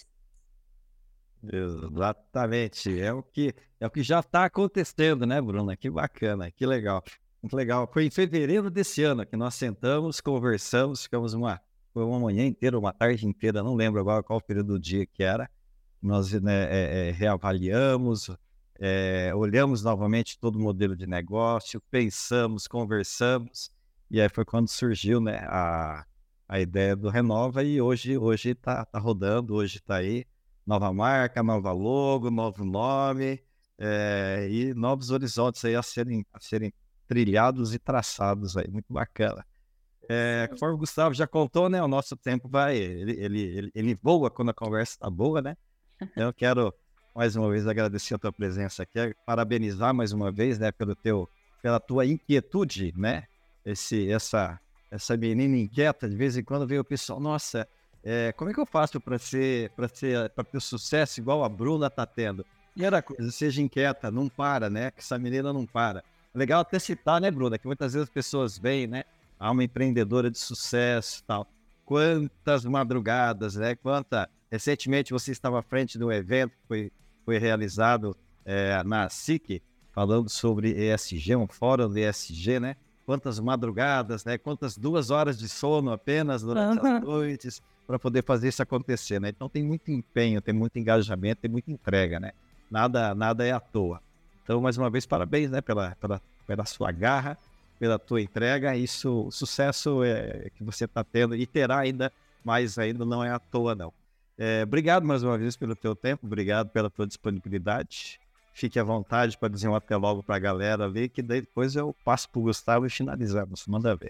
Exatamente, é o que já está acontecendo, né, Bruna? Que bacana, que legal, muito legal. Foi em fevereiro desse ano que nós sentamos, conversamos, ficamos foi uma manhã inteira, uma tarde inteira, não lembro agora qual o período do dia que era. Nós reavaliamos, olhamos novamente todo o modelo de negócio, pensamos, conversamos, e aí foi quando surgiu, né, a ideia do Renova, e hoje está rodando, hoje está aí. Nova marca, nova logo, novo nome, e novos horizontes aí a serem trilhados e traçados aí, muito bacana. Conforme o Gustavo já contou, né, o nosso tempo ele voa quando a conversa está boa, né? Então eu quero mais uma vez agradecer a tua presença aqui, parabenizar mais uma vez, né, pela tua inquietude, né? Essa menina inquieta, de vez em quando vem o pessoal, nossa, como é que eu faço para ter sucesso igual a Bruna tá tendo? Primeira coisa, seja inquieta, não para, né? Que essa menina não para. Legal até citar, né, Bruna? Que muitas vezes as pessoas veem, né? Há uma empreendedora de sucesso e tal. Quantas madrugadas, né? Recentemente você estava à frente de um evento que foi realizado na SIC, falando sobre ESG, um fórum de ESG, né? Quantas madrugadas, né? Quantas 2 horas de sono apenas durante as noites para poder fazer isso acontecer, né? Então tem muito empenho, tem muito engajamento, tem muita entrega, né? Nada é à toa. Então, mais uma vez, parabéns, né? Pela sua garra, pela tua entrega. O sucesso que você está tendo e terá ainda mais ainda, não é à toa, não. Obrigado mais uma vez pelo teu tempo, obrigado pela tua disponibilidade. fique à vontade para dizer um até logo para a galera ali, que daí depois eu passo para o Gustavo e finalizamos. Manda ver.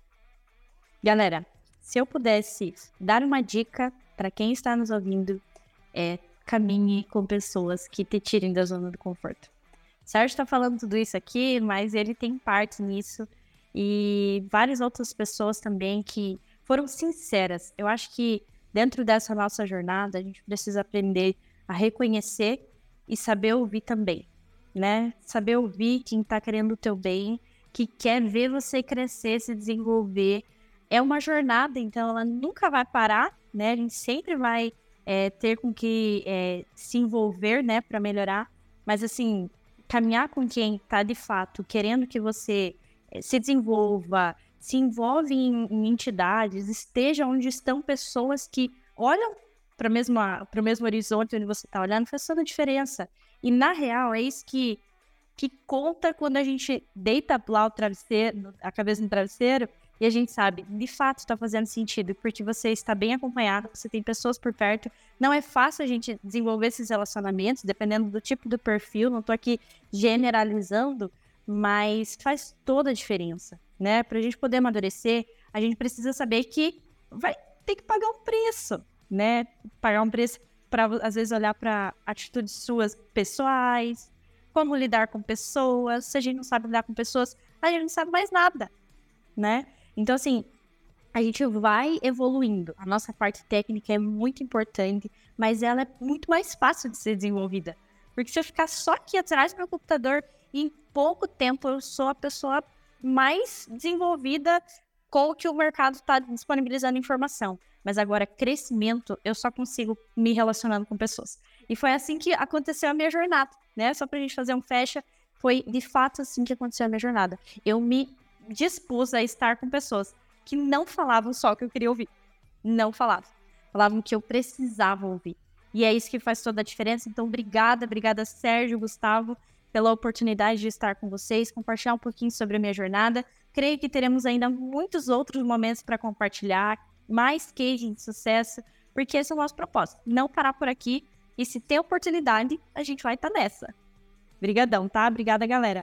Galera, se eu pudesse dar uma dica para quem está nos ouvindo, caminhe com pessoas que te tirem da zona do conforto. Sérgio está falando tudo isso aqui, mas ele tem parte nisso e várias outras pessoas também que foram sinceras. Eu acho que dentro dessa nossa jornada a gente precisa aprender a reconhecer e saber ouvir também, né? Saber ouvir quem está querendo o teu bem, que quer ver você crescer, se desenvolver. É uma jornada, então ela nunca vai parar, né? A gente sempre vai ter com que se envolver, né, para melhorar. Mas, assim, caminhar com quem está, de fato, querendo que você se desenvolva, se envolve em entidades, esteja onde estão pessoas que olham para o mesmo horizonte onde você está olhando, faz toda a diferença. E, na real, é isso que conta quando a gente deita lá o travesseiro, a cabeça no travesseiro, e a gente sabe, de fato está fazendo sentido, porque você está bem acompanhado, você tem pessoas por perto. Não é fácil a gente desenvolver esses relacionamentos, dependendo do tipo do perfil, não estou aqui generalizando, mas faz toda a diferença, né? Para a gente poder amadurecer, a gente precisa saber que vai ter que pagar um preço, né? Pagar um preço para, às vezes, olhar para atitudes suas pessoais, como lidar com pessoas. Se a gente não sabe lidar com pessoas, a gente não sabe mais nada, né? Então, assim, a gente vai evoluindo. A nossa parte técnica é muito importante, mas ela é muito mais fácil de ser desenvolvida. Porque se eu ficar só aqui atrás do meu computador, em pouco tempo eu sou a pessoa mais desenvolvida com o que o mercado está disponibilizando informação. Mas agora, crescimento, eu só consigo me relacionando com pessoas. E foi assim que aconteceu a minha jornada, né? Só pra gente fazer um fecha, foi de fato assim que aconteceu a minha jornada. Eu me dispus a estar com pessoas que não falavam só o que eu queria ouvir. Não falavam. Falavam o que eu precisava ouvir. E é isso que faz toda a diferença. Então, obrigada, Sérgio, Gustavo, pela oportunidade de estar com vocês, compartilhar um pouquinho sobre a minha jornada. Creio que teremos ainda muitos outros momentos para compartilhar, mais cases de sucesso, porque esse é o nosso propósito. Não parar por aqui, e se tem oportunidade, a gente vai estar nessa. Obrigadão, tá? Obrigada, galera.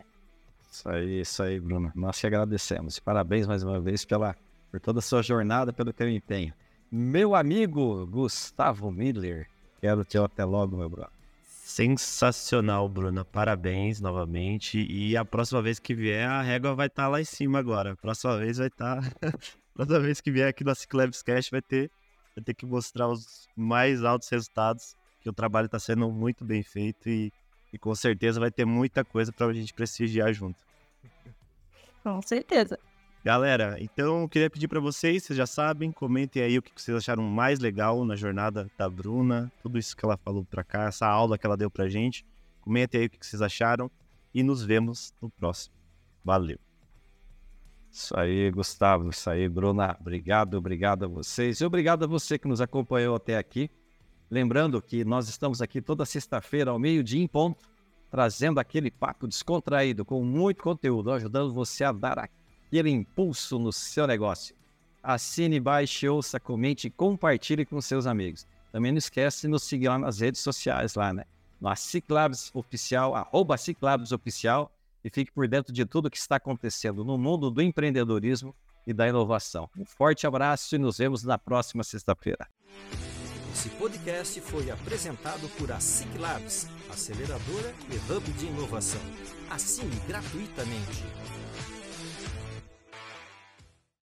Isso aí, Bruno. Nós te agradecemos. Parabéns mais uma vez por toda a sua jornada, pelo teu empenho. Meu amigo Gustavo Miller, quero te até logo, meu brother. Sensacional, Bruna. Parabéns novamente. E a próxima vez que vier, a régua vai estar lá em cima agora. A próxima vez vai estar... Toda vez que vier aqui no Ciclabs Cast vai ter que mostrar os mais altos resultados, que o trabalho está sendo muito bem feito e com certeza vai ter muita coisa para a gente prestigiar junto. Com certeza. Galera, então eu queria pedir para vocês já sabem, comentem aí o que vocês acharam mais legal na jornada da Bruna, tudo isso que ela falou para cá, essa aula que ela deu pra gente. Comentem aí o que vocês acharam e nos vemos no próximo. Valeu! Isso aí, Gustavo, isso aí, Bruna, obrigado a vocês e obrigado a você que nos acompanhou até aqui. Lembrando que nós estamos aqui toda sexta-feira ao meio-dia em ponto, trazendo aquele papo descontraído com muito conteúdo, ajudando você a dar aquele impulso no seu negócio. Assine, baixe, ouça, comente e compartilhe com seus amigos. Também não esquece de nos seguir lá nas redes sociais, lá, né? No Ciclabs Oficial, @CiclabsOficial, e fique por dentro de tudo que está acontecendo no mundo do empreendedorismo e da inovação. Um forte abraço e nos vemos na próxima sexta-feira. Esse podcast foi apresentado por a Ciclabs, aceleradora e hub de inovação. Assine gratuitamente.